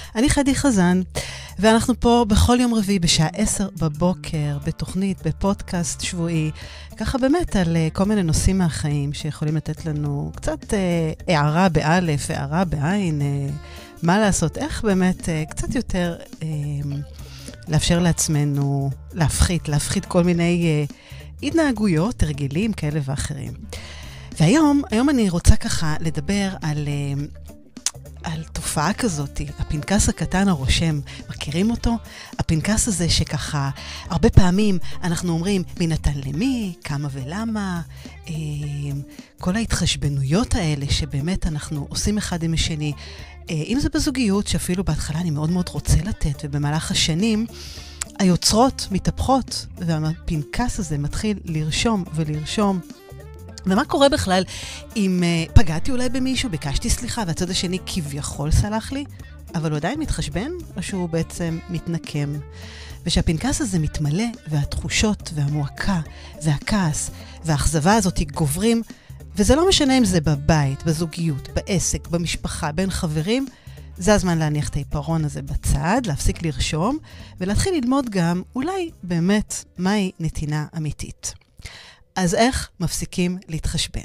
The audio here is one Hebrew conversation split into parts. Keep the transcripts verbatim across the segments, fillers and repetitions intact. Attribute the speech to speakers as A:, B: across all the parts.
A: אני חדי חזן, ואנחנו פה בכל יום רביעי בשעה עשר בבוקר, בתוכנית, בפודקאסט שבועי, ככה באמת על uh, כל מיני נושאים מהחיים שיכולים לתת לנו קצת uh, הערה באלף, הערה בעין, uh, מה לעשות, איך באמת uh, קצת יותר uh, לאפשר לעצמנו להפחית, להפחית כל מיני uh, התנהגויות, תרגילים כאלה ואחרים. והיום, היום אני רוצה ככה לדבר על... Uh, על תופעה כזאת, הפנקס הקטן הרושם, מכירים אותו? הפנקס הזה שככה, הרבה פעמים אנחנו אומרים מי נתן למי, כמה ולמה, אה, כל ההתחשבנויות האלה שבאמת אנחנו עושים אחד עם השני, אה, אם זה בזוגיות שאפילו בהתחלה אני מאוד מאוד רוצה לתת, ובמהלך השנים היוצרות מתהפכות, והפנקס הזה מתחיל לרשום ולרשום, ומה קורה בכלל אם uh, פגעתי אולי במישהו, ביקשתי סליחה, והצד השני כביכול סלח לי, אבל הוא עדיין מתחשבן, או שהוא בעצם מתנקם? ושהפנקס הזה מתמלא, והתחושות, והמועקה, והכעס, והאכזבה הזאת גוברים, וזה לא משנה אם זה בבית, בזוגיות, בעסק, במשפחה, בין חברים, זה הזמן להניח את העיפרון הזה בצד, להפסיק לרשום, ולהתחיל ללמוד גם, אולי באמת, מהי נתינה אמיתית. אז איך מפסיקים להתחשבן?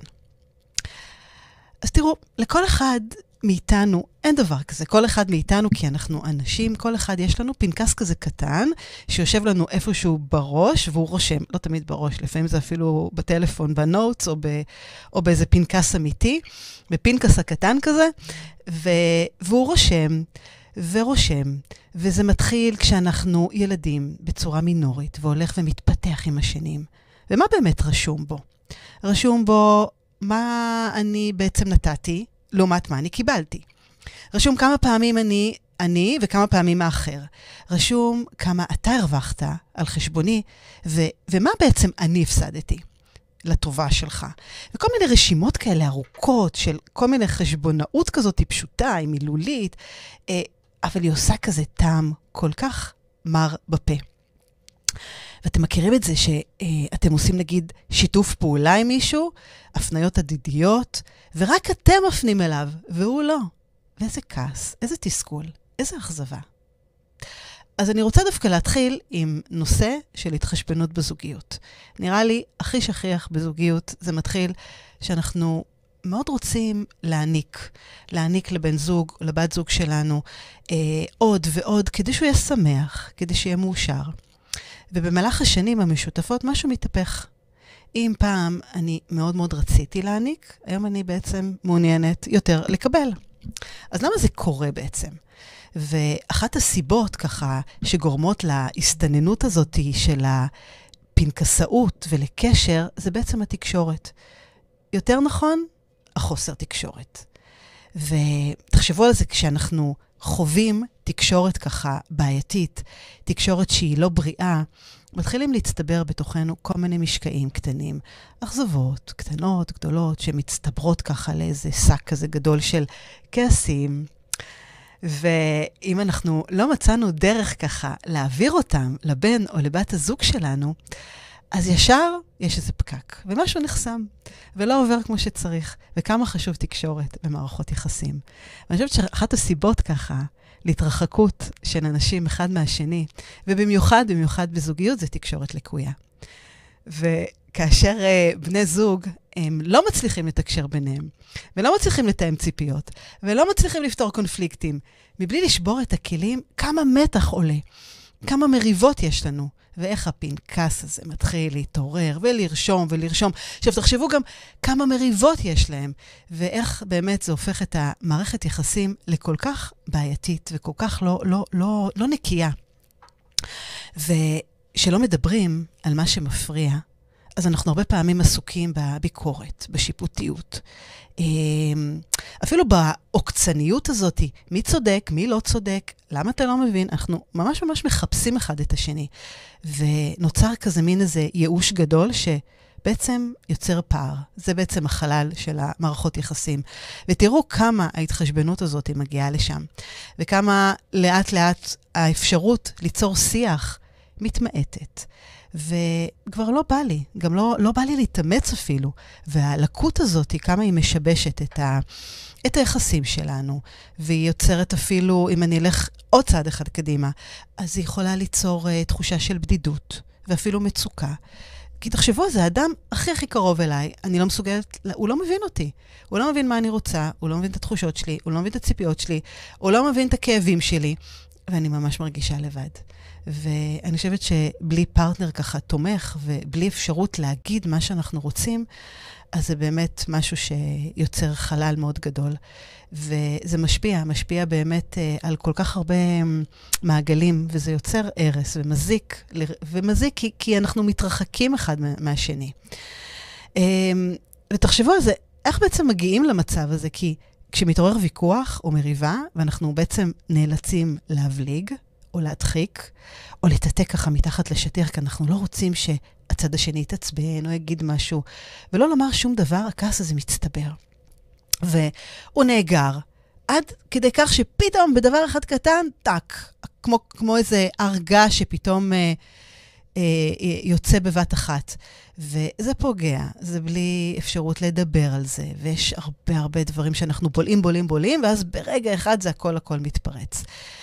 A: אז תראו, לכל אחד מאיתנו אין דבר כזה. כל אחד מאיתנו, כי אנחנו אנשים, כל אחד יש לנו פנקס כזה קטן, שיושב לנו איפשהו בראש, והוא רושם, לא תמיד בראש, לפעמים זה אפילו בטלפון, בנוטס, או, ב, או באיזה פנקס אמיתי, בפנקס הקטן כזה, ו, והוא רושם, ורושם, וזה מתחיל כשאנחנו ילדים בצורה מינורית, והולך ומתפתח עם השנים. ומה באמת רשום בו? רשום בו מה אני בעצם נתתי, לעומת מה אני קיבלתי. רשום כמה פעמים אני, אני וכמה פעמים האחר. רשום כמה אתה הרווחת על חשבוני, ו, ומה בעצם אני הפסדתי לטובה שלך. וכל מיני רשימות כאלה ארוכות, של כל מיני חשבונאות כזאת פשוטה, היא מילולית, אבל היא עושה כזה טעם כל כך מר בפה. ואתם מכירים את זה שאתם עושים נגיד שיתוף פעולה עם מישהו, הפניות עדידיות, ורק אתם מפנים אליו, והוא לא. ואיזה כעס, איזה תסכול, איזה אכזבה. אז אני רוצה דווקא להתחיל עם נושא של התחשבנות בזוגיות. נראה לי הכי שכיח בזוגיות, זה מתחיל שאנחנו מאוד רוצים להעניק, להעניק לבן זוג, לבת זוג שלנו, אה, עוד ועוד, כדי שהוא יהיה שמח, כדי שיהיה מאושר. ובמהלך השנים המשותפות משהו מתהפך. אם פעם אני מאוד מאוד רציתי להעניק, היום אני בעצם מעוניינת יותר לקבל. אז למה זה קורה בעצם? ואחת הסיבות ככה שגורמות להסתננות הזאת של הפנקסאות ולקשר, זה בעצם התקשורת. יותר נכון, החוסר תקשורת. ותחשבו על זה כשאנחנו חווים תקשורת ככה בעייתית, תקשורת שהיא לא בריאה, מתחילים להצטבר בתוכנו כל מיני משקעים קטנים, אכזבות קטנות, גדולות, שמצטברות ככה לאיזה שק כזה גדול של כעסים. ואם אנחנו לא מצאנו דרך ככה להעביר אותם לבן או לבת הזוג שלנו, אז ישר יש איזה פקק, ומשהו נחסם, ולא עובר כמו שצריך, וכמה חשוב תקשורת במערכות יחסים. ואני חושבת שאחת הסיבות ככה, להתרחקות של אנשים אחד מהשני, ובמיוחד, במיוחד בזוגיות, זה תקשורת לקויה. וכאשר uh, בני זוג, הם לא מצליחים לתקשר ביניהם, ולא מצליחים לתאם ציפיות, ולא מצליחים לפתור קונפליקטים, מבלי לשבור את הכלים, כמה מתח עולה, כמה מריבות יש לנו, ואיך הפנקס הזה מתחיל להתעורר ולרשום ולרשום. עכשיו תחשבו גם כמה מריבות יש להם, ואיך באמת זה הופך את המערכת יחסים לכל כך בעייתית וכל כך לא, לא, לא, לא נקייה. ושלא מדברים על מה שמפריע, אז אנחנו הרבה פעמים עסוקים בביקורת, בשיפוטיות. אפילו בעוקצניות הזאת, מי צודק, מי לא צודק, למה אתה לא מבין? אנחנו ממש ממש מחפשים אחד את השני. ונוצר כזה מין איזה ייאוש גדול שבעצם יוצר פער. זה בעצם החלל של המערכות יחסים. ותראו כמה ההתחשבנות הזאת מגיעה לשם. וכמה לאט לאט האפשרות ליצור שיח מתמעטת. וכבר לא בא לי, גם לא, לא בא לי להתאמץ אפילו. והלקות הזאת היא כמה היא משבשת את, ה, את היחסים שלנו, והיא יוצרת אפילו, אם אני אלך עוד צעד אחד קדימה, אז היא יכולה ליצור uh, תחושה של בדידות, ואפילו מצוקה. כי תחשבו, זה האדם הכי הכי קרוב אליי, אני לא מסוגלת, הוא לא מבין אותי. הוא לא מבין מה אני רוצה, הוא לא מבין את התחושות שלי, הוא לא מבין את הציפיות שלי, הוא לא מבין את הכאבים שלי, ואני ממש מרגישה לבד. ואני חושבת שבלי פרטנר ככה תומך, ובלי אפשרות להגיד מה שאנחנו רוצים, אז זה באמת משהו שיוצר חלל מאוד גדול. וזה משפיע, משפיע באמת uh, על כל כך הרבה מעגלים, וזה יוצר הרס ומזיק, ומזיק כי, כי אנחנו מתרחקים אחד מהשני. Um, ותחשבו על זה, איך בעצם מגיעים למצב הזה? כי כשמתעורר ויכוח או מריבה, ואנחנו בעצם נאלצים להבליג, או להדחיק, או לטאטא ככה מתחת לשטיח, כי אנחנו לא רוצים שהצד השני יתעצבן או יגיד משהו, ולא לומר שום דבר, הכעס הזה מצטבר. והוא נאגר, עד כדי כך שפתאום בדבר אחד קטן, טק, כמו, כמו איזה הרגה שפתאום אה, אה, יוצא בבת אחת. וזה פוגע, זה בלי אפשרות לדבר על זה, ויש הרבה הרבה דברים שאנחנו בולעים, בולעים, בולעים, ואז ברגע אחד זה הכל הכל מתפרץ.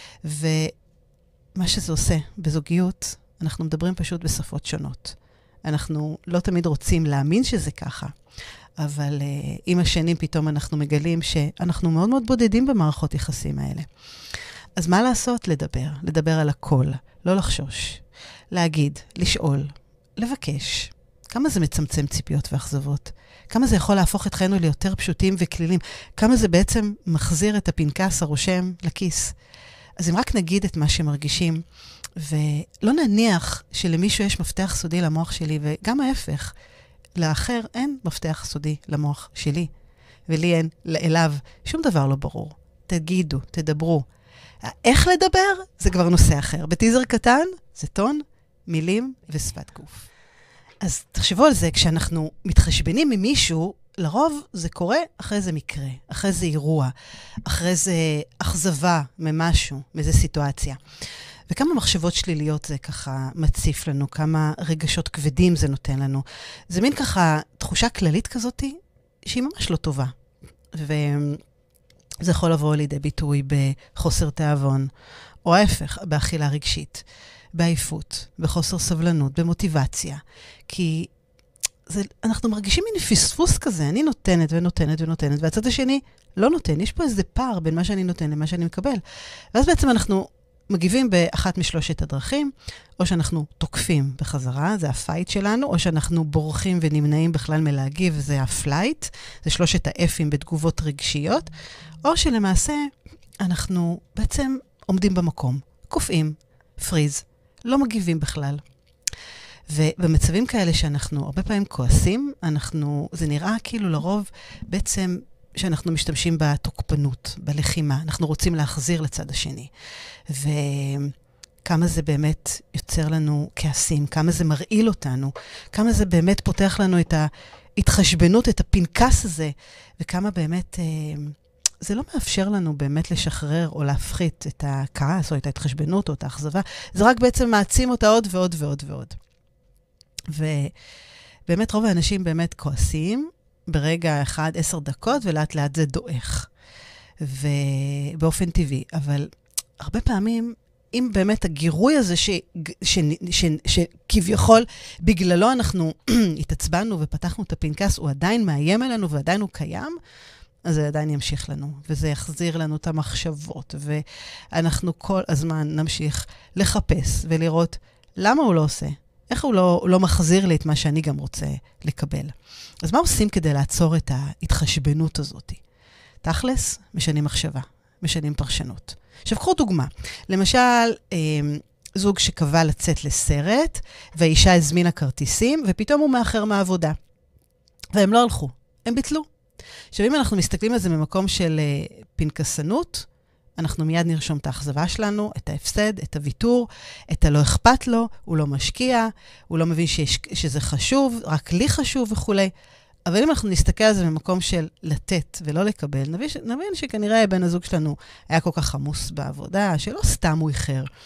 A: ומה שזה עושה בזוגיות, אנחנו מדברים פשוט בשפות שונות. אנחנו לא תמיד רוצים להאמין שזה ככה, אבל uh, עם השנים פתאום אנחנו מגלים שאנחנו מאוד מאוד בודדים במערכות יחסים האלה. אז מה לעשות? לדבר. לדבר על הכל. לא לחשוש. להגיד, לשאול, לבקש. כמה זה מצמצם ציפיות ואכזבות? כמה זה יכול להפוך את חיינו ליותר פשוטים וכלילים? כמה זה בעצם מחזיר את הפנקס הרושם לכיס? אז אם רק נגיד את מה שמרגישים, ולא נניח שלמישהו יש מפתח סודי למוח שלי, וגם ההפך, לאחר אין מפתח סודי למוח שלי, ולי אין אליו שום דבר לא ברור. תגידו, תדברו. איך לדבר? זה כבר נושא אחר. בטיזר קטן זה טון, מילים ושפת גוף. אז תחשבו על זה, כשאנחנו מתחשבנים ממישהו, לרוב זה קורה אחרי זה מקרה, אחרי זה אירוע, אחרי זה אכזבה ממשהו, מאיזו סיטואציה. וכמה מחשבות שליליות זה ככה מציף לנו, כמה רגשות כבדים זה נותן לנו. זה מין ככה תחושה כללית כזאת שהיא ממש לא טובה. וזה יכול לבוא לידי ביטוי בחוסר תאבון, או ההפך, באכילה רגשית, בעייפות, בחוסר סבלנות, במוטיבציה. כי זה, אנחנו מרגישים מין פספוס כזה, אני נותנת ונותנת ונותנת, והצד השני לא נותן. יש פה איזה פער בין מה שאני נותן למה שאני מקבל. ואז בעצם אנחנו מגיבים באחת משלושת הדרכים, או שאנחנו תוקפים בחזרה, זה הפייט שלנו, או שאנחנו בורחים ונמנעים בכלל מלהגיב, זה הפלייט, זה שלושת האפים בתגובות רגשיות, או שלמעשה אנחנו בעצם עומדים במקום, קופאים, פריז, לא מגיבים בכלל. ובמצבים כאלה שאנחנו הרבה פעמים כועסים, אנחנו, זה נראה כאילו לרוב בעצם שאנחנו משתמשים בתוקפנות, בלחימה. אנחנו רוצים להחזיר לצד השני. וכמה זה באמת יוצר לנו כעסים, כמה זה מרעיל אותנו, כמה זה באמת פותח לנו את ההתחשבנות, את הפנקס הזה, וכמה באמת זה לא מאפשר לנו באמת לשחרר או להפחית את הכעס או את ההתחשבנות או את האכזבה. זה רק בעצם מעצים אותה עוד ועוד ועוד ועוד. ובאמת רוב האנשים באמת כועסים, ברגע אחד, עשר דקות, ולאט לאט זה דועך. ובאופן טבעי. אבל הרבה פעמים, אם באמת הגירוי הזה ש, ש, ש, ש, שכביכול בגללו אנחנו התעצבנו ופתחנו את הפנקס, הוא עדיין מאיים עלינו ועדיין הוא קיים, אז זה עדיין ימשיך לנו. וזה יחזיר לנו את המחשבות. ואנחנו כל הזמן נמשיך לחפש ולראות למה הוא לא עושה. איך הוא לא, לא מחזיר לי את מה שאני גם רוצה לקבל. אז מה עושים כדי לעצור את ההתחשבנות הזאת? תכלס, משנים מחשבה, משנים פרשנות. עכשיו, קחו דוגמה. למשל, אה, זוג שקבע לצאת לסרט, והאישה הזמינה כרטיסים, ופתאום הוא מאחר מהעבודה. והם לא הלכו, הם ביטלו. עכשיו, אם אנחנו מסתכלים על זה ממקום של אה, פנקסנות, אנחנו מיד נרשום את האכזבה שלנו, את ההפסד, את הוויתור, את הלא אכפת לו, הוא לא משקיע, הוא לא מבין שיש, שזה חשוב, רק לי חשוב וכו'. אבל אם אנחנו נסתכל על זה ממקום של לתת ולא לקבל, נבין, נבין שכנראה בן הזוג שלנו היה כל כך עמוס בעבודה, שלא סתם הוא איחר.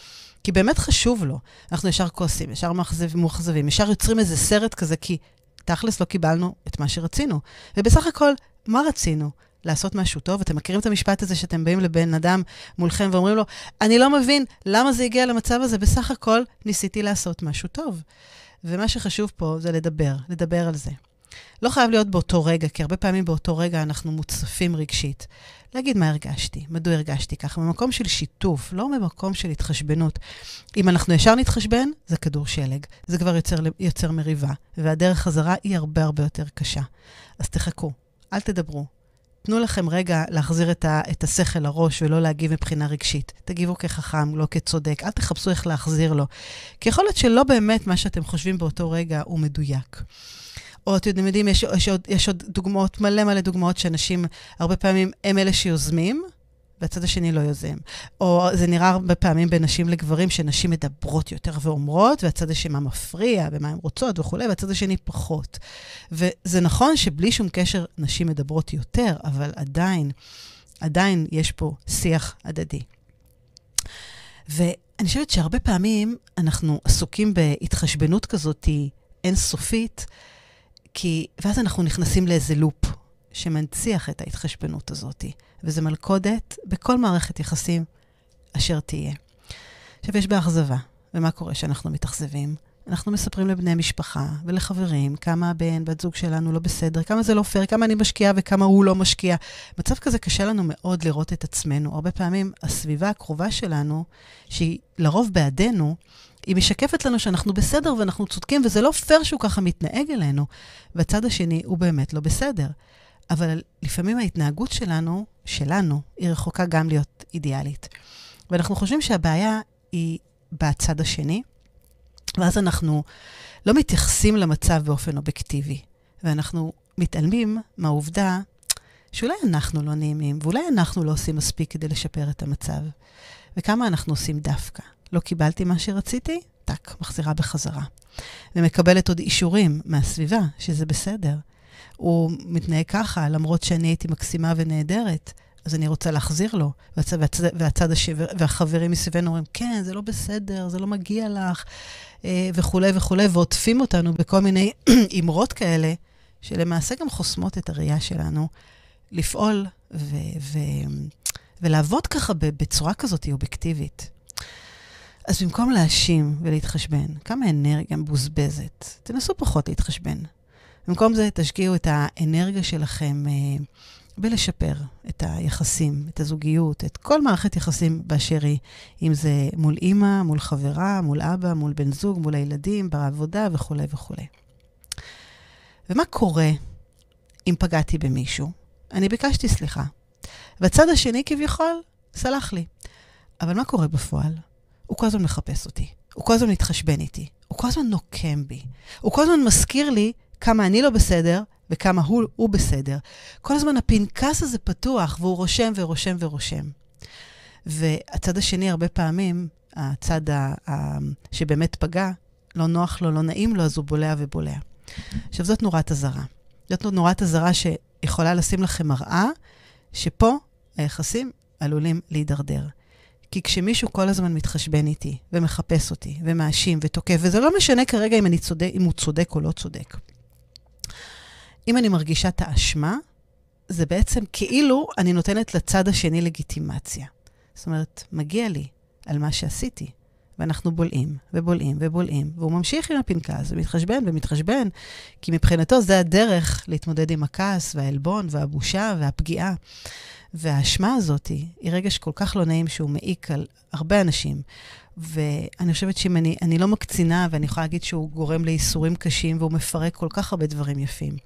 A: כי באמת חשוב לו. אנחנו ישר כועסים, ישר מאוכזבים, ישר יוצרים איזה סרט כזה, כי תכלס לא קיבלנו את מה שרצינו. ובסך הכל, מה רצינו? לעשות משהו טוב. אתם מכירים את המשפט הזה שאתם באים לבן אדם מולכם ואומרים לו, אני לא מבין למה זה הגיע למצב הזה, בסך הכל ניסיתי לעשות משהו טוב. ומה שחשוב פה זה לדבר, לדבר על זה. לא חייב להיות באותו רגע, כי הרבה פעמים באותו רגע אנחנו מוצפים רגשית. להגיד מה הרגשתי, מדוע הרגשתי ככה, במקום של שיתוף, לא במקום של התחשבנות. אם אנחנו ישר נתחשבן, זה כדור שלג. זה כבר יוצר, יוצר מריבה, והדרך חזרה היא הרבה הרבה יותר קשה. אז תחכו, אל תדברו. תנו לכם רגע להחזיר את, ה, את השכל לראש ולא להגיב מבחינה רגשית. תגיבו כחכם, לא כצודק. אל תחפשו איך להחזיר לו. כי יכול להיות שלא באמת מה שאתם חושבים באותו רגע הוא מדויק. או אתם יודעים, יש, יש, עוד, יש עוד דוגמאות, מלא מלא דוגמאות שאנשים הרבה פעמים הם אלה שיוזמים, והצד השני לא יוזם. או זה נראה הרבה פעמים בין נשים לגברים, שנשים מדברות יותר ואומרות, והצד השני מה מפריע, ומה הן רוצות וכו', והצד השני פחות. וזה נכון שבלי שום קשר נשים מדברות יותר, אבל עדיין, עדיין יש פה שיח הדדי. ואני חושבת שהרבה פעמים אנחנו עסוקים בהתחשבנות כזאת אינסופית, כי, ואז אנחנו נכנסים לאיזה לופ שמנציח את ההתחשבנות הזאת. וזה מלכודת בכל מערכת יחסים אשר תהיה. עכשיו יש באכזבה, ומה קורה שאנחנו מתאכזבים? אנחנו מספרים לבני משפחה ולחברים כמה הבן, בת זוג שלנו לא בסדר, כמה זה לא פייר, כמה אני משקיעה וכמה הוא לא משקיע. מצב כזה קשה לנו מאוד לראות את עצמנו. הרבה פעמים הסביבה הקרובה שלנו, שהיא לרוב בעדנו, היא משקפת לנו שאנחנו בסדר ואנחנו צודקים, וזה לא פייר שהוא ככה מתנהג אלינו. והצד השני הוא באמת לא בסדר. אבל לפעמים ההתנהגות שלנו, שלנו, היא רחוקה גם להיות אידיאלית. ואנחנו חושבים שהבעיה היא בצד השני, ואז אנחנו לא מתייחסים למצב באופן אובייקטיבי, ואנחנו מתעלמים מהעובדה שאולי אנחנו לא נעימים, ואולי אנחנו לא עושים מספיק כדי לשפר את המצב. וכמה אנחנו עושים דווקא. לא קיבלתי מה שרציתי, טק, מחזירה בחזרה. ומקבלת עוד אישורים מהסביבה, שזה בסדר. הוא מתנהג ככה, למרות שאני הייתי מקסימה ונהדרת, אז אני רוצה להחזיר לו. והצד, והצד, והצד השני, והחברים מסביבנו אומרים, כן, זה לא בסדר, זה לא מגיע לך, וכו' וכו', ועוטפים אותנו בכל מיני אמרות כאלה, שלמעשה גם חוסמות את הראייה שלנו, לפעול ו- ו- ולעבוד ככה בצורה כזאת אובייקטיבית. אז במקום להאשים ולהתחשבן, כמה אנרגיה מבוזבזת, תנסו פחות להתחשבן. במקום זה תשקיעו את האנרגיה שלכם אה, בלשפר את היחסים, את הזוגיות, את כל מערכת יחסים באשר היא, אם זה מול אמא, מול חברה, מול אבא, מול בן זוג, מול הילדים, בעבודה וכו' וכו'. ומה קורה אם פגעתי במישהו? אני ביקשתי סליחה. והצד השני כביכול סלח לי. אבל מה קורה בפועל? הוא כל הזמן מחפש אותי. הוא כל הזמן מתחשבן איתי. הוא כל הזמן נוקם בי. הוא כל הזמן מזכיר לי כמה אני לא בסדר וכמה הוא, הוא בסדר. כל הזמן הפנקס הזה פתוח והוא רושם ורושם ורושם. והצד השני הרבה פעמים, הצד ה, ה, שבאמת פגע, לא נוח לו, לא נעים לו, אז הוא בולע ובולע. עכשיו זאת נורת הזרה. זאת נורת הזרה שיכולה לשים לכם מראה, שפה היחסים עלולים להידרדר. כי כשמישהו כל הזמן מתחשבן איתי, ומחפש אותי, ומאשים ותוקף, וזה לא משנה כרגע אם, אני צודק, אם הוא צודק או לא צודק. אם אני מרגישה את האשמה, זה בעצם כאילו אני נותנת לצד השני לגיטימציה. זאת אומרת, מגיע לי על מה שעשיתי, ואנחנו בולעים, ובולעים, ובולעים, והוא ממשיך עם הפנקס, ומתחשבן ומתחשבן, כי מבחינתו זה הדרך להתמודד עם הכעס, והעלבון, והבושה, והפגיעה. והאשמה הזאת היא רגש כל כך לא נעים שהוא מעיק על הרבה אנשים. ואני חושבת שאם אני, אני לא מקצינה, ואני יכולה להגיד שהוא גורם לאיסורים קשים, והוא מפרק כל כך הרבה דברים יפים.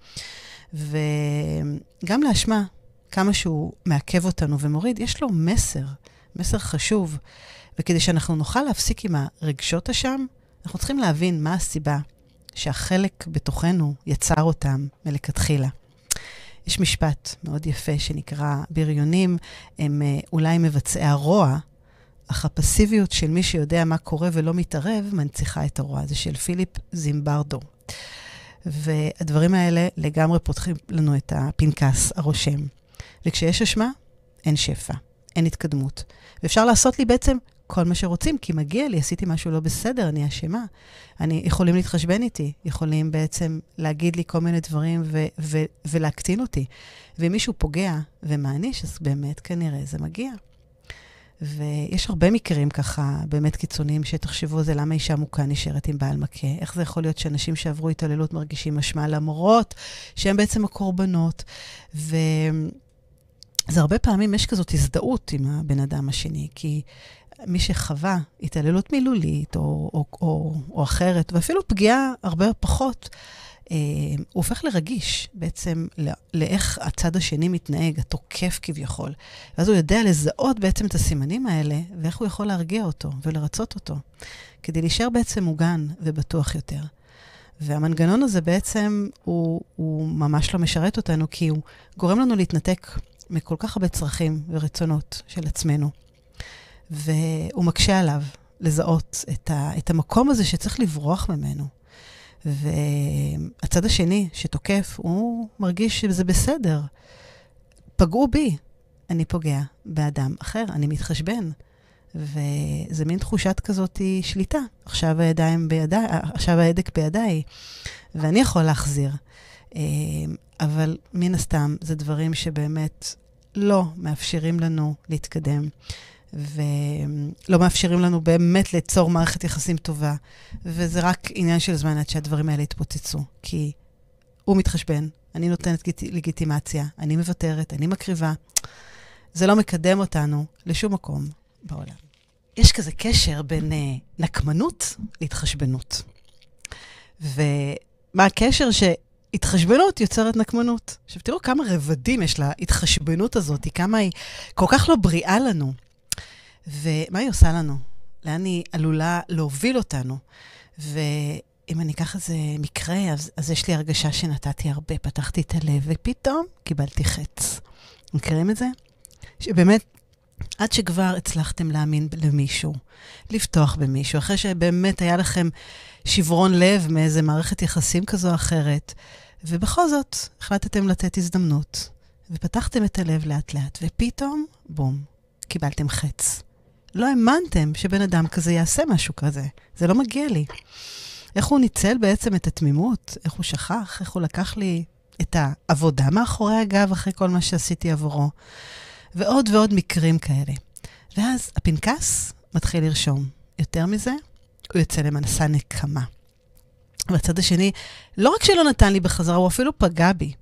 A: וגם לאשמה, כמה שהוא מעכב אותנו ומוריד, יש לו מסר, מסר חשוב. וכדי שאנחנו נוכל להפסיק עם הרגשות השם, אנחנו צריכים להבין מה הסיבה שהחלק בתוכנו יצר אותם מלכתחילה. יש משפט מאוד יפה שנקרא, בריונים הם אולי מבצעי הרוע, אך הפסיביות של מי שיודע מה קורה ולא מתערב, מנציחה את הרוע. זה של פיליפ זימברדו. והדברים האלה לגמרי פותחים לנו את הפנקס הרושם. וכשיש אשמה, אין שפע, אין התקדמות. ואפשר לעשות לי בעצם כל מה שרוצים, כי מגיע לי, עשיתי משהו לא בסדר, אני אשמה. אני, יכולים להתחשבן איתי, יכולים בעצם להגיד לי כל מיני דברים ו- ו- ולהקטין אותי. ואם מישהו פוגע ומעניש, אז באמת כנראה זה מגיע. ויש הרבה מקרים ככה, באמת קיצוניים, שתחשבו על זה, למה אישה מוכה נשארת עם בעל מכה? איך זה יכול להיות שאנשים שעברו התעללות מרגישים משמע, למרות שהם בעצם הקורבנות? וזה הרבה פעמים יש כזאת הזדהות עם הבן אדם השני, כי מי שחווה התעללות מילולית או, או, או, או אחרת, ואפילו פגיעה הרבה פחות, הוא הופך לרגיש בעצם לאיך הצד השני מתנהג, התוקף כביכול. ואז הוא יודע לזהות בעצם את הסימנים האלה, ואיך הוא יכול להרגיע אותו ולרצות אותו, כדי להישאר בעצם מוגן ובטוח יותר. והמנגנון הזה בעצם הוא, הוא ממש לא משרת אותנו, כי הוא גורם לנו להתנתק מכל כך הרבה צרכים ורצונות של עצמנו. והוא מקשה עליו לזהות את, ה, את המקום הזה שצריך לברוח ממנו. והצד השני שתוקף, הוא מרגיש שזה בסדר. פגעו בי, אני פוגע באדם אחר, אני מתחשבן. וזה מין תחושת כזאת שליטה. עכשיו הידיים בידיי, עכשיו ההדק בידיי, ואני יכול להחזיר. אבל מן הסתם, זה דברים שבאמת לא מאפשרים לנו להתקדם. ולא מאפשרים לנו באמת ליצור מערכת יחסים טובה. וזה רק עניין של זמן עד שהדברים האלה יתפוצצו. כי הוא מתחשבן, אני נותנת לגיטימציה, אני מוותרת, אני מקריבה. זה לא מקדם אותנו לשום מקום בעולם. יש כזה קשר בין uh, נקמנות להתחשבנות. ומה הקשר שהתחשבנות יוצרת נקמנות? עכשיו תראו כמה רבדים יש להתחשבנות הזאת, כמה היא כל כך לא בריאה לנו. ומה היא עושה לנו? לאן היא עלולה להוביל אותנו? ואם אני אקח איזה מקרה, אז, אז יש לי הרגשה שנתתי הרבה, פתחתי את הלב, ופתאום קיבלתי חץ. מכירים את זה? שבאמת, עד שכבר הצלחתם להאמין למישהו, לפתוח במישהו, אחרי שבאמת היה לכם שברון לב מאיזה מערכת יחסים כזו או אחרת, ובכל זאת החלטתם לתת הזדמנות, ופתחתם את הלב לאט לאט, ופתאום, בום, קיבלתם חץ. לא האמנתם שבן אדם כזה יעשה משהו כזה. זה לא מגיע לי. איך הוא ניצל בעצם את התמימות? איך הוא שכח? איך הוא לקח לי את העבודה מאחורי הגב אחרי כל מה שעשיתי עבורו? ועוד ועוד מקרים כאלה. ואז הפנקס מתחיל לרשום. יותר מזה, הוא יוצא למנסה נקמה. והצד השני, לא רק שלא נתן לי בחזרה, הוא אפילו פגע בי.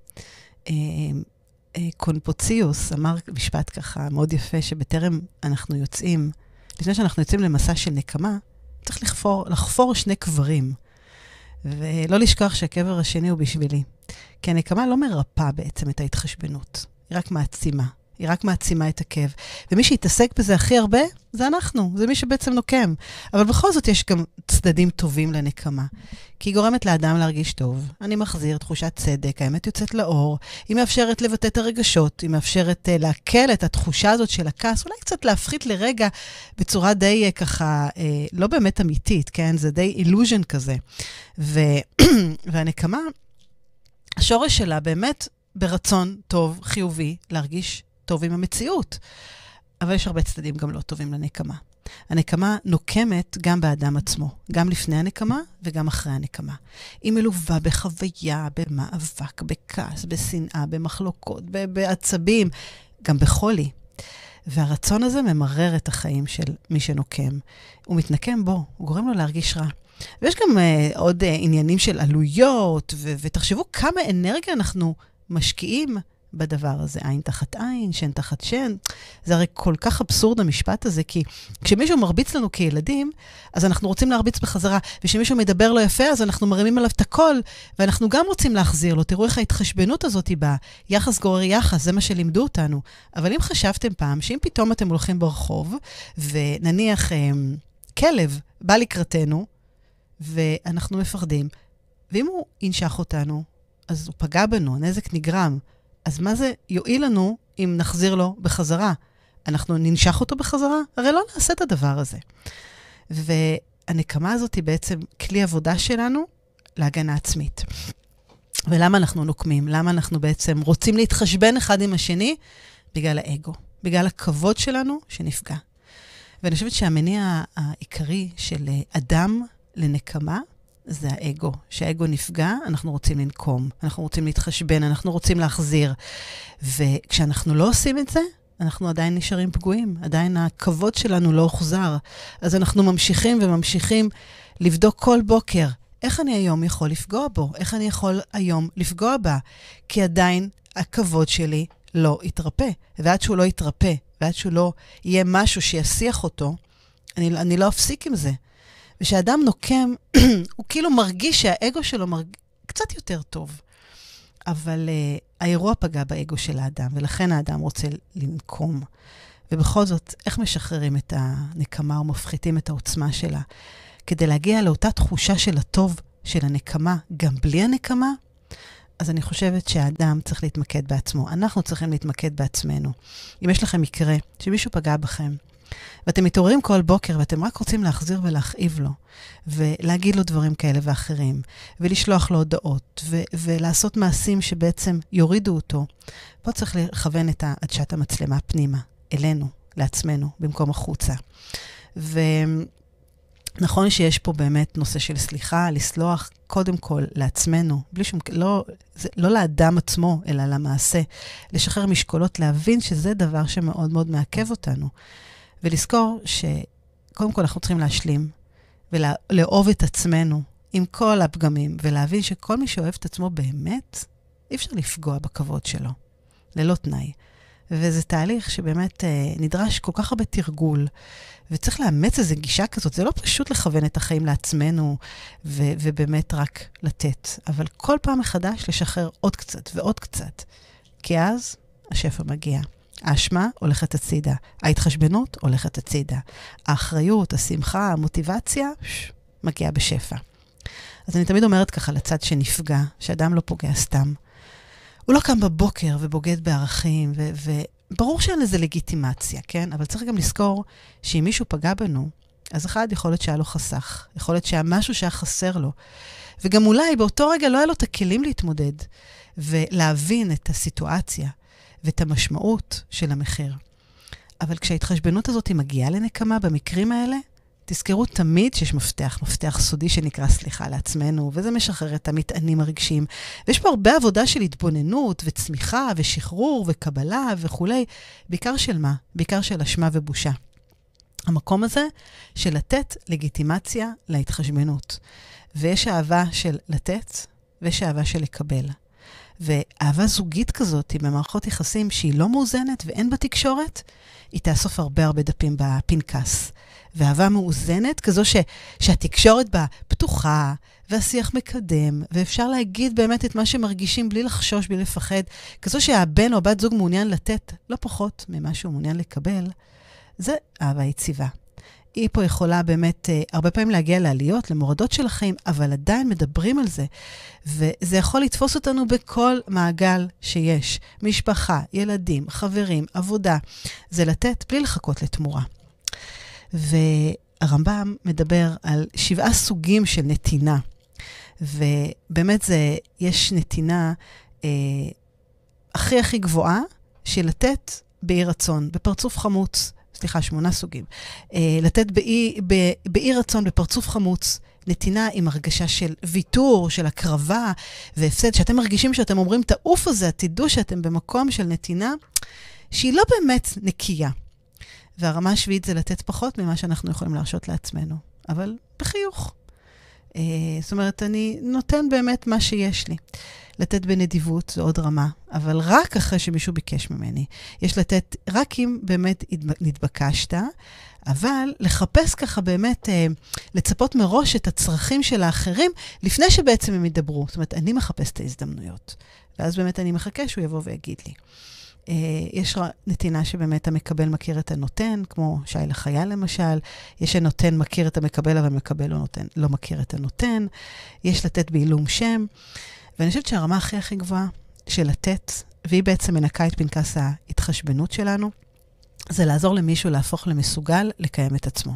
A: קונפוציוס אמר משפט ככה מאוד יפה, שבטרם אנחנו יוצאים, לפני שאנחנו יוצאים למסע של נקמה, צריך לחפור, לחפור שני קברים. ולא לשכוח שהקבר השני הוא בשבילי. כי הנקמה לא מרפא בעצם את ההתחשבנות. היא רק מעצימה. היא רק מעצימה את הכאב. ומי שיתעסק בזה הכי הרבה, זה אנחנו. זה מי שבעצם נוקם. אבל בכל זאת יש גם צדדים טובים לנקמה. כי היא גורמת לאדם להרגיש טוב. אני מחזיר תחושת צדק, האמת יוצאת לאור. היא מאפשרת לבטא את הרגשות. היא מאפשרת uh, להקל את התחושה הזאת של הכעס. אולי קצת להפחית לרגע בצורה די uh, ככה, uh, לא באמת אמיתית, כן? זה די אילוז'ן כזה. ו... והנקמה, השורש שלה באמת ברצון טוב, חיובי, להרגיש טוב עם המציאות. אבל יש הרבה צדדים גם לא טובים לנקמה. הנקמה נוקמת גם באדם עצמו, גם לפני הנקמה וגם אחרי הנקמה. היא מלווה בחוויה, במאבק, בכעס, בשנאה, במחלוקות, בעצבים, גם בחולי. והרצון הזה ממרר את החיים של מי שנוקם. הוא מתנקם בו, הוא גורם לו להרגיש רע. ויש גם uh, עוד uh, עניינים של עלויות, ו- ותחשבו כמה אנרגיה אנחנו משקיעים בדבר הזה, עין תחת עין, שן תחת שן. זה הרי כל כך אבסורד המשפט הזה, כי כשמישהו מרביץ לנו כילדים, אז אנחנו רוצים להרביץ בחזרה, וכשמישהו מדבר לא יפה, אז אנחנו מרימים עליו את הכל, ואנחנו גם רוצים להחזיר לו. תראו איך ההתחשבנות הזאת היא באה. יחס גורר יחס, זה מה שלימדו אותנו. אבל אם חשבתם פעם, שאם פתאום אתם הולכים ברחוב, ונניח אה, כלב בא לקראתנו, ואנחנו מפחדים, ואם הוא ינשך אותנו, אז הוא פגע בנו, הנזק נגרם. אז מה זה יועיל לנו אם נחזיר לו בחזרה? אנחנו ננשך אותו בחזרה? הרי לא נעשה את הדבר הזה. והנקמה הזאת היא בעצם כלי עבודה שלנו להגנה עצמית. ולמה אנחנו נוקמים? למה אנחנו בעצם רוצים להתחשבן אחד עם השני? בגלל האגו. בגלל הכבוד שלנו שנפגע. ואני חושבת שהמניע העיקרי של אדם לנקמה, זה האגו. שהאגו נפגע, אנחנו רוצים לנקום, אנחנו רוצים להתחשבן, אנחנו רוצים להחזיר. וכשאנחנו לא עושים את זה, אנחנו עדיין נשארים פגועים, עדיין הכבוד שלנו לא הוחזר. אז אנחנו ממשיכים וממשיכים לבדוק כל בוקר, איך אני היום יכול לפגוע בו? איך אני יכול היום לפגוע בה? כי עדיין הכבוד שלי לא יתרפא. ועד שהוא לא יתרפא, ועד שהוא לא יהיה משהו שיסיח אותו, אני, אני לא אפסיק עם זה. ושאדם נוקם, הוא כאילו מרגיש שהאגו שלו מרג... קצת יותר טוב. אבל uh, האירוע פגע באגו של האדם, ולכן האדם רוצה לנקום. ובכל זאת, איך משחררים את הנקמה ומפחיתים את העוצמה שלה? כדי להגיע לאותה תחושה של הטוב של הנקמה, גם בלי הנקמה, אז אני חושבת שהאדם צריך להתמקד בעצמו. אנחנו צריכים להתמקד בעצמנו. אם יש לכם מקרה שמישהו פגע בכם, ואתם מתעוררים כל בוקר, ואתם רק רוצים להחזיר ולהכאיב לו, ולהגיד לו דברים כאלה ואחרים, ולשלוח לו הודעות, ו- ולעשות מעשים שבעצם יורידו אותו, פה צריך לכוון את עדשת המצלמה פנימה, אלינו, לעצמנו, במקום החוצה. ונכון שיש פה באמת נושא של סליחה, לסלוח קודם כל לעצמנו, בלי שום, לא, זה, לא לאדם עצמו, אלא למעשה, לשחרר משקולות, להבין שזה דבר שמאוד מאוד מעכב אותנו. ולזכור שקודם כל אנחנו צריכים להשלים, ולאהוב את עצמנו עם כל הפגמים, ולהבין שכל מי שאוהב את עצמו באמת, אי אפשר לפגוע בכבוד שלו, ללא תנאי. וזה תהליך שבאמת אה, נדרש כל כך הרבה תרגול, וצריך לאמץ איזו גישה כזאת. זה לא פשוט לכוון את החיים לעצמנו, ו- ובאמת רק לתת. אבל כל פעם מחדש לשחרר עוד קצת ועוד קצת. כי אז השפע מגיע. האשמה הולכת הצידה. ההתחשבנות הולכת הצידה. האחריות, השמחה, המוטיבציה, ש- מגיעה בשפע. אז אני תמיד אומרת ככה לצד שנפגע, שאדם לא פוגע סתם. הוא לא קם בבוקר ובוגד בערכים, ו- וברור שאין לזה לגיטימציה, כן? אבל צריך גם לזכור שאם מישהו פגע בנו, אז אחד יכול להיות שהיה לו חסך, יכול להיות שהיה משהו שהיה חסר לו, וגם אולי באותו רגע לא היה לו את הכלים להתמודד, ולהבין את הסיטואציה, ואת המשמעות של המחיר. אבל כשההתחשבנות הזאת מגיעה לנקמה במקרים האלה, תזכרו תמיד שיש מפתח, מפתח סודי שנקרא סליחה לעצמנו, וזה משחרר את המטענים הרגשיים. ויש פה הרבה עבודה של התבוננות וצמיחה ושחרור וקבלה וכו'. בעיקר של מה? בעיקר של אשמה ובושה. המקום הזה של לתת לגיטימציה להתחשבנות. ויש אהבה של לתת, ויש אהבה של לקבל. ואהבה זוגית כזאת, במערכות יחסים שהיא לא מאוזנת ואין בה תקשורת, היא תאסוף הרבה הרבה דפים בפנקס. ואהבה מאוזנת, כזו ש, שהתקשורת בה פתוחה, והשיח מקדם, ואפשר להגיד באמת את מה שמרגישים בלי לחשוש, בלי לפחד, כזו שהבן או בת זוג מעוניין לתת, לא פחות ממה שהוא מעוניין לקבל, זה אהבה יציבה. היא פה יכולה באמת אה, הרבה פעמים להגיע לעליות, למורדות של החיים, אבל עדיין מדברים על זה. וזה יכול לתפוס אותנו בכל מעגל שיש. משפחה, ילדים, חברים, עבודה. זה לתת בלי לחכות לתמורה. והרמב"ם מדבר על שבעה סוגים של נתינה. ובאמת זה, יש נתינה אה, הכי הכי גבוהה של לתת באי רצון, בפרצוף חמוץ. סליחה, שמונה סוגים. אה, לתת באי, באי רצון, בפרצוף חמוץ, נתינה עם הרגשה של ויתור, של הקרבה והפסד, שאתם מרגישים שאתם אומרים את העוף הזה, תדעו שאתם במקום של נתינה, שהיא לא באמת נקייה. והרמה השביעית זה לתת פחות ממה שאנחנו יכולים להרשות לעצמנו, אבל בחיוך. אה, זאת אומרת, אני נותן באמת מה שיש לי. לתת בנדיבות זו עוד רמה, אבל רק אחרי שמישהו ביקש ממני. יש לתת רק אם באמת נתבקשת, אבל לחפש ככה באמת, אה, לצפות מראש את הצרכים של האחרים, לפני שבעצם הם ידברו. זאת אומרת, אני מחפש את ההזדמנויות. ואז באמת אני מחכה שהוא יבוא ויגיד לי. אה, יש נתינה שבאמת המקבל מכיר את הנותן, כמו שי לחייל למשל. יש הנותן מכיר את המקבל, אבל המקבל לא, נותן, לא מכיר את הנותן. יש לתת בעילום שם. ואני חושבת שהרמה הכי הכי גבוהה של לתת, והיא בעצם מנקה את פנקס ההתחשבנות שלנו, זה לעזור למישהו להפוך למסוגל לקיים את עצמו.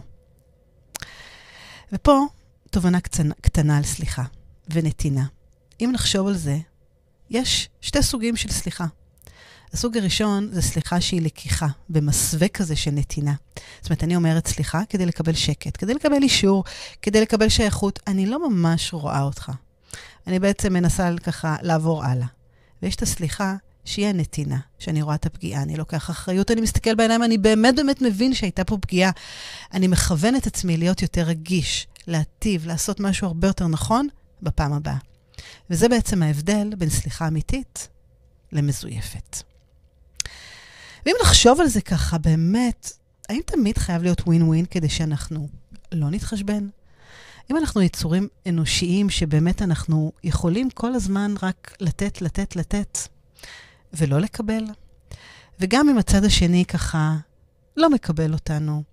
A: ופה תובנה קטנה, קטנה על סליחה ונתינה. אם נחשוב על זה, יש שתי סוגים של סליחה. הסוג הראשון זה סליחה שהיא לקיחה, במסווה כזה של נתינה. זאת אומרת, אני אומרת סליחה כדי לקבל שקט, כדי לקבל אישור, כדי לקבל שייכות. אני לא ממש רואה אותך. אני בעצם מנסה ככה לעבור הלאה. ויש את הסליחה שהיא הנתינה, שאני רואה את הפגיעה, אני לוקח אחריות, אני מסתכל בעיניים, אני באמת באמת מבין שהייתה פה פגיעה. אני מכוון את עצמי להיות יותר רגיש, להטיב, לעשות משהו הרבה יותר נכון בפעם הבאה. וזה בעצם ההבדל בין סליחה אמיתית למזויפת. ואם נחשוב על זה ככה, באמת, האם תמיד חייב להיות ווין ווין כדי שאנחנו לא נתחשבן? אם אנחנו יצורים אנושיים שבאמת אנחנו יכולים כל הזמן רק לתת, לתת, לתת, ולא לקבל, וגם אם הצד השני ככה לא מקבל אותנו,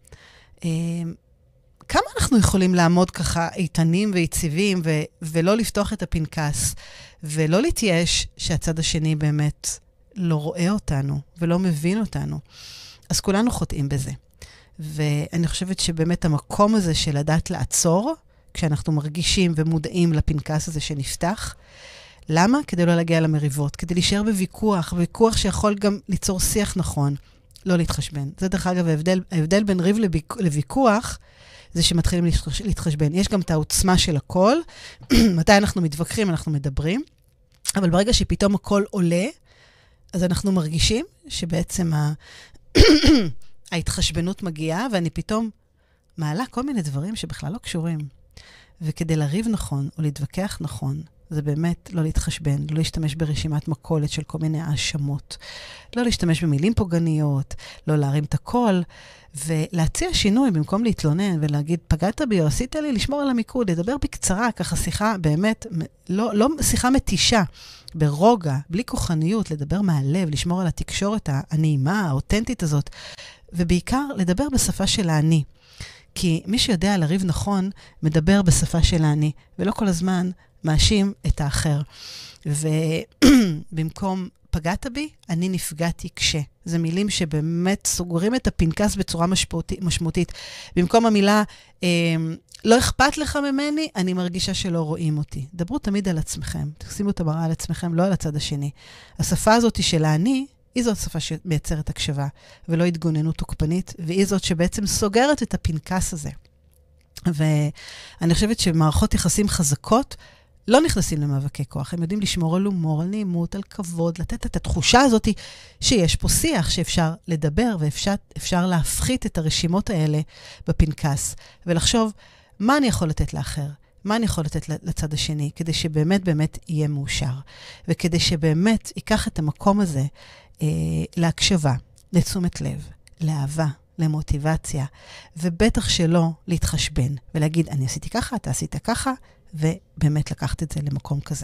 A: כמה אנחנו יכולים לעמוד ככה איתנים ויציבים ו- ולא לפתוח את הפנקס ולא להתייאש שהצד השני באמת לא רואה אותנו ולא מבין אותנו. אז כולנו חוטאים בזה. ואני חושבת שבאמת המקום הזה של לדעת לעצור, כשאנחנו מרגישים ומודעים לפנקס הזה שנפתח, למה? כדי לא להגיע למריבות, כדי להישאר בוויכוח, ויכוח שיכול גם ליצור שיח נכון, לא להתחשבן. זה דרך אגב ההבדל, ההבדל בין ריב לוויכוח, זה שמתחילים להתחשבן. יש גם את העוצמה של הכל, מתי אנחנו מתווכחים, אנחנו מדברים, אבל ברגע שפתאום הכל עולה, אז אנחנו מרגישים שבעצם ה... ההתחשבנות מגיעה, ואני פתאום מעלה כל מיני דברים שבכלל לא קשורים. וכדי לריב נכון, או להתווכח נכון, זה באמת לא להתחשבן, לא להשתמש ברשימת מקולת של כל מיני האשמות, לא להשתמש במילים פוגעניות, לא להרים את הקול, ולהציע שינוי במקום להתלונן ולהגיד, פגעת בי או עשית לי, לשמור על המיקוד, לדבר בקצרה, ככה שיחה באמת, לא, לא שיחה מתישה, ברוגע, בלי כוחניות, לדבר מהלב, לשמור על התקשורת הנעימה, האותנטית הזאת, ובעיקר לדבר בשפה של האני. כי מי שיודע לריב נכון, מדבר בשפה של האני, ולא כל הזמן מאשים את האחר. ובמקום פגעת בי, אני נפגעתי כשה. זה מילים שבאמת סוגרים את הפנקס בצורה משמעותית. במקום המילה, לא אכפת לך ממני, אני מרגישה שלא רואים אותי. דברו תמיד על עצמכם. תשימו את המראה על עצמכם, לא על הצד השני. השפה הזאת של האני, היא זאת שפה שמייצרת הקשבה, ולא התגוננות תוקפנית, והיא זאת שבעצם סוגרת את הפנקס הזה. ואני חושבת שמערכות יחסים חזקות, לא נכנסים למאבקי כוח. הם יודעים לשמור על הומור, על נעימות, על כבוד, לתת את התחושה הזאת שיש פה שיח, שאפשר לדבר, ואפשר להפחית את הרשימות האלה בפנקס, ולחשוב, מה אני יכול לתת לאחר? מה אני יכול לתת לצד השני? כדי שבאמת באמת יהיה מאושר. וכדי שבאמת ייקח את המקום הזה אה, להקשבה, לתשומת לב, לאהבה, למוטיבציה, ובטח שלא להתחשבן, ולהגיד, אני עשיתי ככה, אתה עשית ככה, ובאמת לקחת את זה למקום כזה.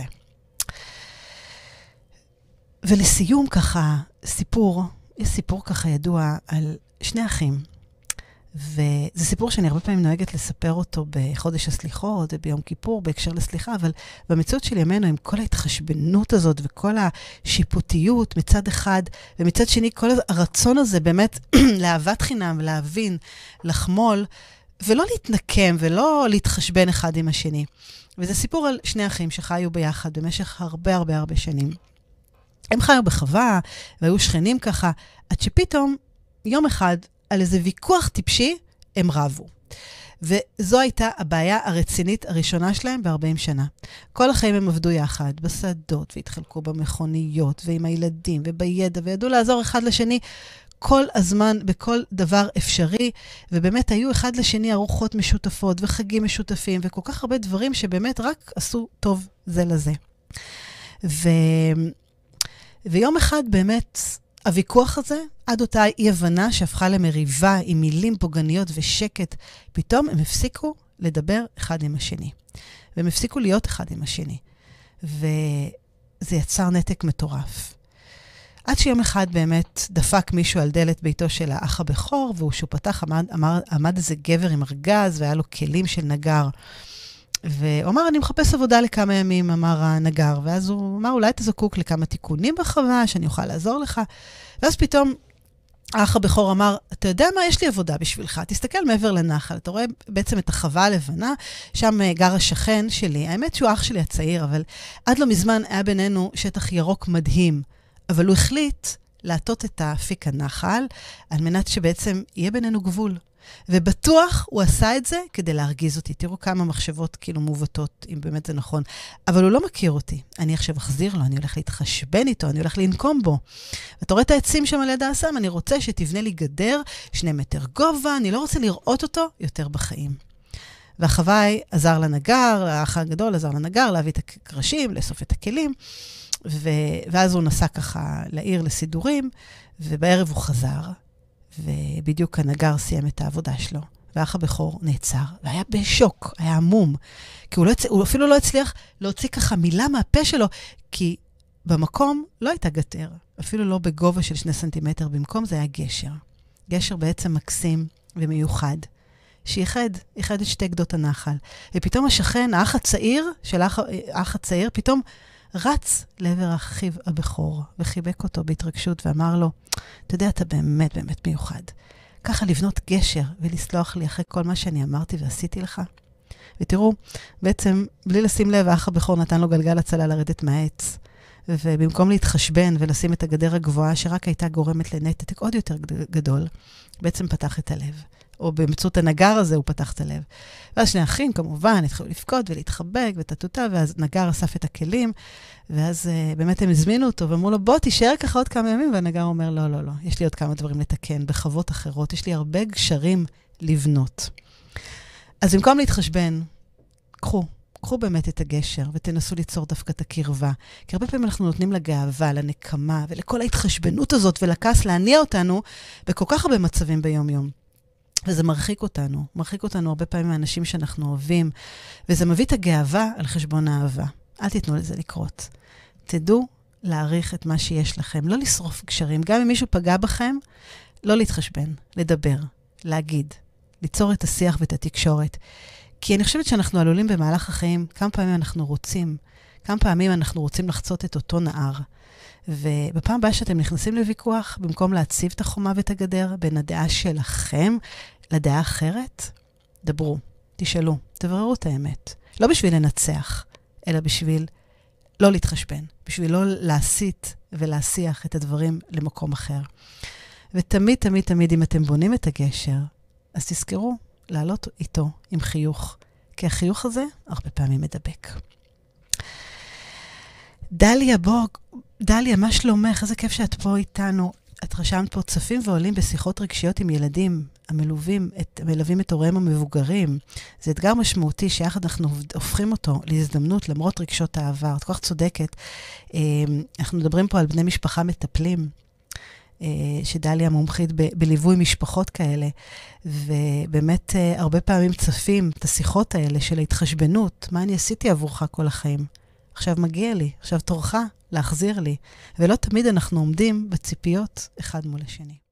A: ולסיום ככה, סיפור, יש סיפור ככה ידוע על שני אחים, וזה סיפור שאני הרבה פעמים נוהגת לספר אותו בחודש הסליחות וביום כיפור, בהקשר לסליחה, אבל במציאות של ימינו, עם כל ההתחשבנות הזאת וכל השיפוטיות מצד אחד, ומצד שני, כל הרצון הזה באמת לאהבת חינם, להבין, לחמול, ולא להתנקם ולא להתחשבן אחד עם השני. וזה סיפור על שני אחים שחיו ביחד במשך הרבה הרבה הרבה שנים. הם חיו בחווה, והיו שכנים ככה, עד שפתאום יום אחד, על איזה ויכוח טיפשי, הם רבו. וזו הייתה הבעיה הרצינית הראשונה שלהם ב-ארבעים שנה. כל החיים הם עבדו יחד, בשדות, והתחלקו במכוניות, ועם הילדים, ובידע, וידעו לעזור אחד לשני, כל הזמן, בכל דבר אפשרי, ובאמת היו אחד לשני ארוחות משותפות, וחגים משותפים, וכל כך הרבה דברים שבאמת רק עשו טוב זה לזה. ו... ויום אחד באמת, הוויכוח הזה, עד אותה אי-הבנה שהפכה למריבה עם מילים פוגעניות ושקט, פתאום הם הפסיקו לדבר אחד עם השני. והם הפסיקו להיות אחד עם השני. וזה יצר נתק מטורף. עד שיום אחד באמת דפק מישהו על דלת ביתו של האח הבכור, והוא שהוא פתח, עמד, עמד, עמד איזה גבר עם ארגז, והיה לו כלים של נגר. והוא אמר, אני מחפש עבודה לכמה ימים, אמר הנגר. ואז הוא אמר, אולי אתה זקוק לכמה תיקונים בחווה, שאני אוכל לעזור לך. ואז פתאום האח הבכור אמר, אתה יודע מה, יש לי עבודה בשבילך, תסתכל מעבר לנחל, אתה רואה בעצם את החווה הלבנה, שם גר השכן שלי, האמת שהוא אח שלי הצעיר, אבל עד לא מזמן היה בינינו שטח ירוק מדהים, אבל הוא החליט להטות את האפיק הנחל, על מנת שבעצם יהיה בינינו גבול. ובטוח הוא עשה את זה כדי להרגיז אותי. תראו כמה מחשבות כאילו מובטות, אם באמת זה נכון. אבל הוא לא מכיר אותי. אני עכשיו אחזיר לו, אני הולך להתחשבן איתו, אני הולך לנקום בו. ואתה רואה את העצים שם על יד האסם, אני רוצה שתבנה לי גדר, שני מטר גובה, אני לא רוצה לראות אותו יותר בחיים. והחוואי עזר לנגר, האח הגדול עזר לנגר, להביא את הקרשים, לאסוף את הכלים, ו... ואז הוא נסע ככה לעיר לסידורים, ובערב הוא חזר. ובדיוק הנגר סיים את העבודה שלו, והאח הבכור נעצר, והיה בשוק, היה עמום, כי הוא, לא הצ... הוא אפילו לא הצליח להוציא ככה מילה מהפה שלו, כי במקום לא הייתה גדר, אפילו לא בגובה של שני סנטימטר, במקום זה היה גשר. גשר בעצם מקסים ומיוחד, שיחד, יחד את שתי גדות הנחל. ופתאום השכן, האח הצעיר, של האח, האח הצעיר, פתאום רץ לעבר אחיו הבכור, וחיבק אותו בהתרגשות, ואמר לו, אתה יודע, אתה באמת באמת מיוחד. ככה לבנות גשר ולסלוח לי אחרי כל מה שאני אמרתי ועשיתי לך. ותראו, בעצם, בלי לשים לב, האח הבכור נתן לו גלגל הצלה לרדת מהעץ, ובמקום להתחשבן ולשים את הגדר הגבוהה, שרק הייתה גורמת לנתק עוד יותר גדול, בעצם פתח את הלב. או באמצעות הנגר הזה הוא פתח את הלב. ואז שני אחים כמובן התחילו לפקוד ולהתחבק ותתותה, ואז נגר אסף את הכלים, ואז uh, באמת הם הזמינו אותו, ואמרו לו, בוא תישאר ככה עוד כמה ימים, והנגר אומר, לא, לא, לא, יש לי עוד כמה דברים לתקן, בחוות אחרות, יש לי הרבה גשרים לבנות. אז במקום להתחשבן, קחו, קחו באמת את הגשר, ותנסו ליצור דווקא את הקרבה. כי הרבה פעמים אנחנו נותנים לגאווה, לנקמה, ולכל ההתחשבנות הזאת, ולכעס להניע אותנו, בכל כך הרבה מצבים ביום-יום. וזה מרחיק אותנו, מרחיק אותנו הרבה פעמים מהאנשים שאנחנו אוהבים, וזה מביא את הגאווה על חשבון האהבה. אל תיתנו לזה לקרות. תדעו להעריך את מה שיש לכם, לא לשרוף גשרים. גם אם מישהו פגע בכם, לא להתחשבן, לדבר, להגיד, ליצור את השיח ואת התקשורת. כי אני חושבת שאנחנו עלולים במהלך החיים, כמה פעמים אנחנו רוצים, כמה פעמים אנחנו רוצים לחצות את אותו נהר. ובפעם הבאה שאתם נכנסים לוויכוח, במקום להציב את החומה ואת הגדר בין הדעה שלכם לדעה אחרת, דברו, תשאלו, תבררו את האמת. לא בשביל לנצח, אלא בשביל לא להתחשבן, בשביל לא להסיט ולהסיח את הדברים למקום אחר. ותמיד, תמיד, תמיד, אם אתם בונים את הגשר, אז תזכרו לעלות איתו עם חיוך, כי החיוך הזה הרבה פעמים מדבק. דליה, בוא, דליה, מה שלומך? איזה כיף שאת פה איתנו. את רשמת פה צפים ועולים בשיחות רגשיות עם ילדים המלווים את, המלווים את הוריהם המבוגרים. זה אתגר משמעותי שיחד אנחנו הופכים אותו להזדמנות למרות רגשות העבר. את כל כך צודקת. אנחנו מדברים פה על בני משפחה מטפלים, שדליה מומחית ב- בליווי משפחות כאלה, ובאמת הרבה פעמים צפים את השיחות האלה של ההתחשבנות. מה אני עשיתי עבורך כל החיים? עכשיו מגיע לי, עכשיו תורך להחזיר לי. ולא תמיד אנחנו עומדים בציפיות אחד מול השני.